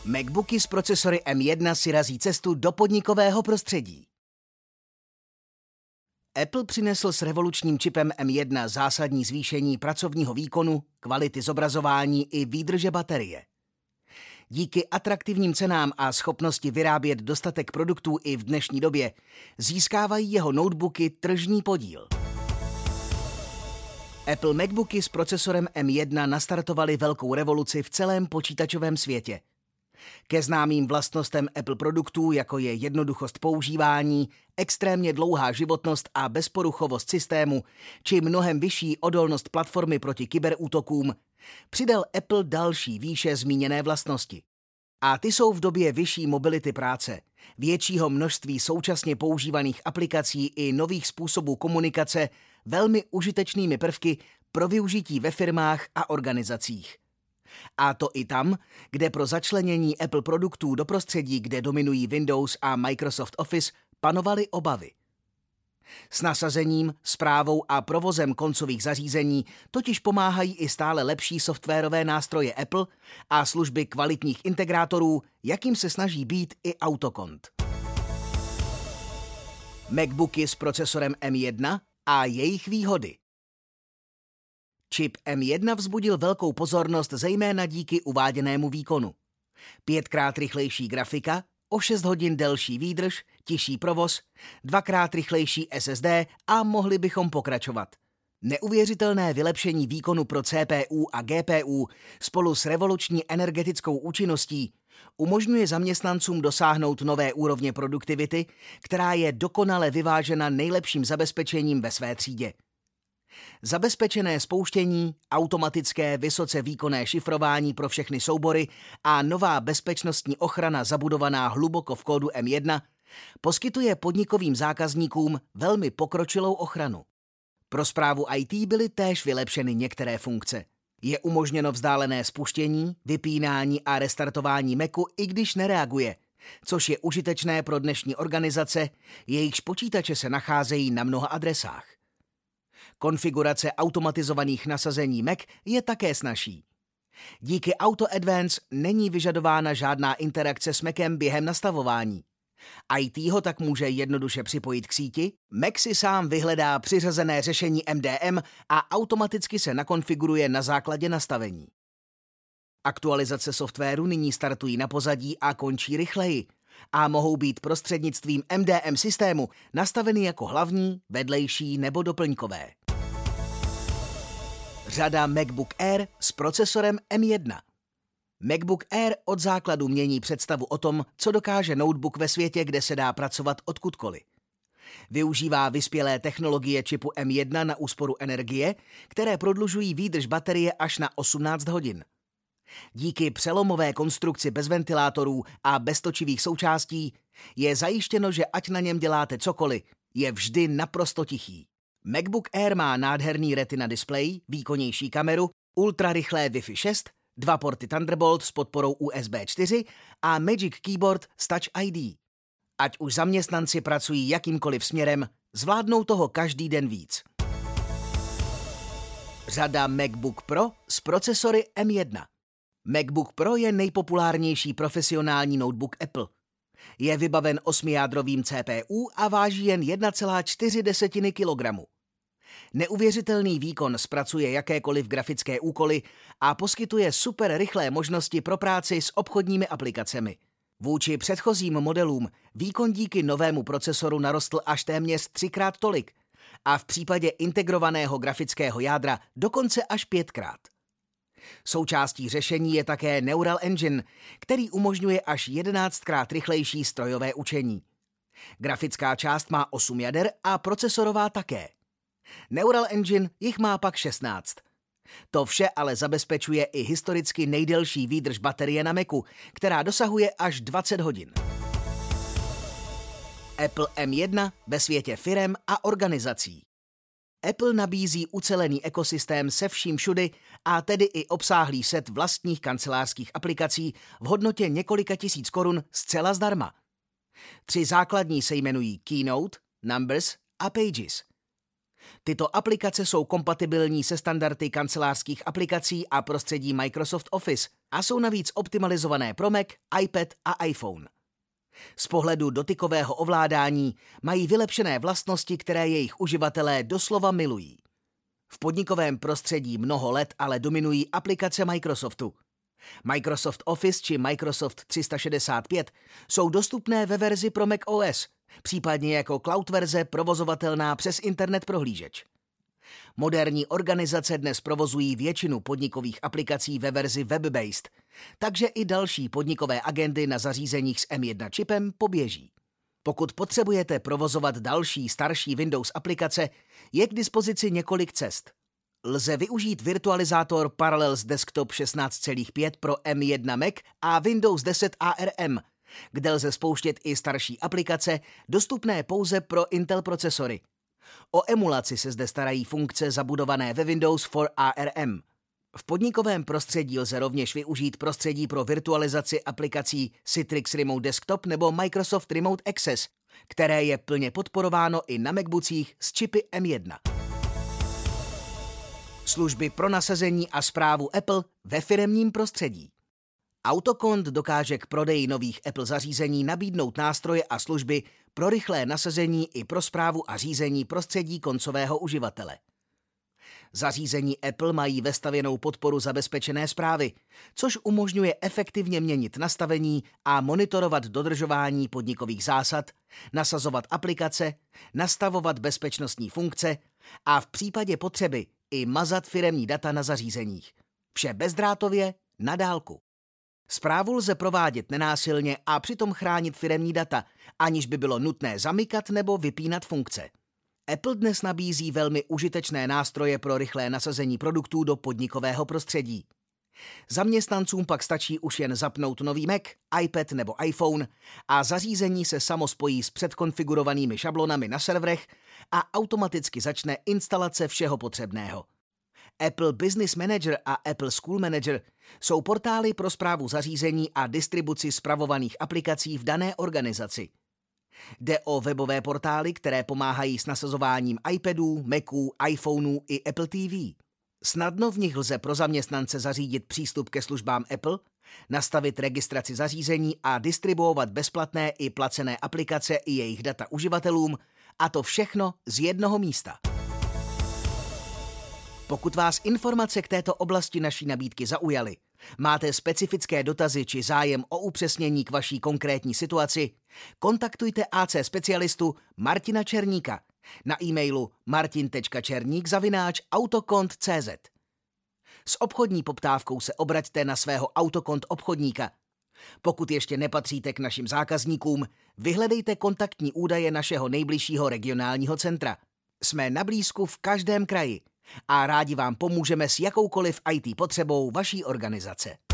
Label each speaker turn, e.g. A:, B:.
A: MacBooky s procesory M1 si razí cestu do podnikového prostředí. Apple přinesl s revolučním čipem M1 zásadní zvýšení pracovního výkonu, kvality zobrazování i výdrže baterie. Díky atraktivním cenám a schopnosti vyrábět dostatek produktů i v dnešní době získávají jeho notebooky tržní podíl. Apple MacBooky s procesorem M1 nastartovaly velkou revoluci v celém počítačovém světě. Ke známým vlastnostem Apple produktů, jako je jednoduchost používání, extrémně dlouhá životnost a bezporuchovost systému, či mnohem vyšší odolnost platformy proti kyberútokům, přidal Apple další výše zmíněné vlastnosti. A ty jsou v době vyšší mobility práce, většího množství současně používaných aplikací i nových způsobů komunikace velmi užitečnými prvky pro využití ve firmách a organizacích. A to i tam, kde pro začlenění Apple produktů do prostředí, kde dominují Windows a Microsoft Office, panovaly obavy. S nasazením, správou a provozem koncových zařízení totiž pomáhají i stále lepší softwarové nástroje Apple a služby kvalitních integrátorů, jakým se snaží být i Autocont. MacBooky s procesorem M1 a jejich výhody. Čip M1 vzbudil velkou pozornost zejména díky uváděnému výkonu. 5x rychlejší grafika, o 6 hodin delší výdrž, tižší provoz, 2x rychlejší SSD a mohli bychom pokračovat. Neuvěřitelné vylepšení výkonu pro CPU a GPU spolu s revoluční energetickou účinností umožňuje zaměstnancům dosáhnout nové úrovně produktivity, která je dokonale vyvážena nejlepším zabezpečením ve své třídě. Zabezpečené spouštění, automatické vysoce výkonné šifrování pro všechny soubory a nová bezpečnostní ochrana zabudovaná hluboko v kódu M1 poskytuje podnikovým zákazníkům velmi pokročilou ochranu. Pro správu IT byly též vylepšeny některé funkce. Je umožněno vzdálené spuštění, vypínání a restartování Macu, i když nereaguje, což je užitečné pro dnešní organizace, jejichž počítače se nacházejí na mnoha adresách. Konfigurace automatizovaných nasazení Mac je také snazší. Díky Auto Advance není vyžadována žádná interakce s Macem během nastavování. IT ho tak může jednoduše připojit k síti, Mac si sám vyhledá přiřazené řešení MDM a automaticky se nakonfiguruje na základě nastavení. Aktualizace softwaru nyní startují na pozadí a končí rychleji a mohou být prostřednictvím MDM systému nastaveny jako hlavní, vedlejší nebo doplňkové. Řada MacBook Air s procesorem M1. MacBook Air od základu mění představu o tom, co dokáže notebook ve světě, kde se dá pracovat odkudkoliv. Využívá vyspělé technologie čipu M1 na úsporu energie, které prodlužují výdrž baterie až na 18 hodin. Díky přelomové konstrukci bez ventilátorů a bez točivých součástí je zajištěno, že ať na něm děláte cokoliv, je vždy naprosto tichý. MacBook Air má nádherný Retina displej, výkonnější kameru, ultrarychlé Wi-Fi 6, 2 porty Thunderbolt s podporou USB 4 a Magic Keyboard s Touch ID. Ať už zaměstnanci pracují jakýmkoliv směrem, zvládnou toho každý den víc. Řada MacBook Pro s procesory M1. MacBook Pro je nejpopulárnější profesionální notebook Apple. Je vybaven 8jádrovým CPU a váží jen 1,4 kg. Neuvěřitelný výkon zpracuje jakékoliv grafické úkoly a poskytuje super rychlé možnosti pro práci s obchodními aplikacemi. Vůči předchozím modelům výkon díky novému procesoru narostl až téměř 3x tolik a v případě integrovaného grafického jádra dokonce až 5x. Součástí řešení je také Neural Engine, který umožňuje až 11x rychlejší strojové učení. Grafická část má 8 jader a procesorová také. Neural Engine jich má pak 16. To vše ale zabezpečuje i historicky nejdelší výdrž baterie na Macu, která dosahuje až 20 hodin. Apple M1 ve světě firem a organizací. Apple nabízí ucelený ekosystém se vším všudy a tedy i obsáhlý set vlastních kancelářských aplikací v hodnotě několika tisíc korun zcela zdarma. 3 základní se jmenují Keynote, Numbers a Pages. Tyto aplikace jsou kompatibilní se standardy kancelářských aplikací a prostředí Microsoft Office a jsou navíc optimalizované pro Mac, iPad a iPhone. Z pohledu dotykového ovládání mají vylepšené vlastnosti, které jejich uživatelé doslova milují. V podnikovém prostředí mnoho let ale dominují aplikace Microsoftu. Microsoft Office či Microsoft 365 jsou dostupné ve verzi pro Mac OS, případně jako cloud verze provozovatelná přes internet prohlížeč. Moderní organizace dnes provozují většinu podnikových aplikací ve verzi web-based, takže i další podnikové agendy na zařízeních s M1 čipem poběží. Pokud potřebujete provozovat další starší Windows aplikace, je k dispozici několik cest. Lze využít virtualizátor Parallels Desktop 16.5 pro M1 Mac a Windows 10 ARM, kde lze spouštět i starší aplikace, dostupné pouze pro Intel procesory. O emulaci se zde starají funkce zabudované ve Windows for ARM. V podnikovém prostředí lze rovněž využít prostředí pro virtualizaci aplikací Citrix Remote Desktop nebo Microsoft Remote Access, které je plně podporováno i na MacBoocích s čipy M1. Služby pro nasazení a správu Apple ve firemním prostředí. Autokont dokáže k prodeji nových Apple zařízení nabídnout nástroje a služby pro rychlé nasazení i pro správu a řízení prostředí koncového uživatele. Zařízení Apple mají vestavěnou podporu zabezpečené správy, což umožňuje efektivně měnit nastavení a monitorovat dodržování podnikových zásad, nasazovat aplikace, nastavovat bezpečnostní funkce a v případě potřeby i mazat firemní data na zařízeních. Vše bezdrátově, na dálku. Správu lze provádět nenásilně a přitom chránit firemní data, aniž by bylo nutné zamykat nebo vypínat funkce. Apple dnes nabízí velmi užitečné nástroje pro rychlé nasazení produktů do podnikového prostředí. Zaměstnancům pak stačí už jen zapnout nový Mac, iPad nebo iPhone a zařízení se samo spojí s předkonfigurovanými šablonami na serverech a automaticky začne instalace všeho potřebného. Apple Business Manager a Apple School Manager jsou portály pro správu zařízení a distribuci spravovaných aplikací v dané organizaci. Jde o webové portály, které pomáhají s nasazováním iPadů, Maců, iPhoneů i Apple TV. Snadno v nich lze pro zaměstnance zařídit přístup ke službám Apple, nastavit registraci zařízení a distribuovat bezplatné i placené aplikace i jejich data uživatelům, a to všechno z jednoho místa. Pokud vás informace k této oblasti naší nabídky zaujaly, máte specifické dotazy či zájem o upřesnění k vaší konkrétní situaci, kontaktujte AC specialistu Martina Černíka na e-mailu martin.černík@autokont.cz. S obchodní poptávkou se obraťte na svého Autokont obchodníka. Pokud ještě nepatříte k našim zákazníkům, vyhledejte kontaktní údaje našeho nejbližšího regionálního centra. Jsme na blízku v každém kraji a rádi vám pomůžeme s jakoukoliv IT potřebou vaší organizace.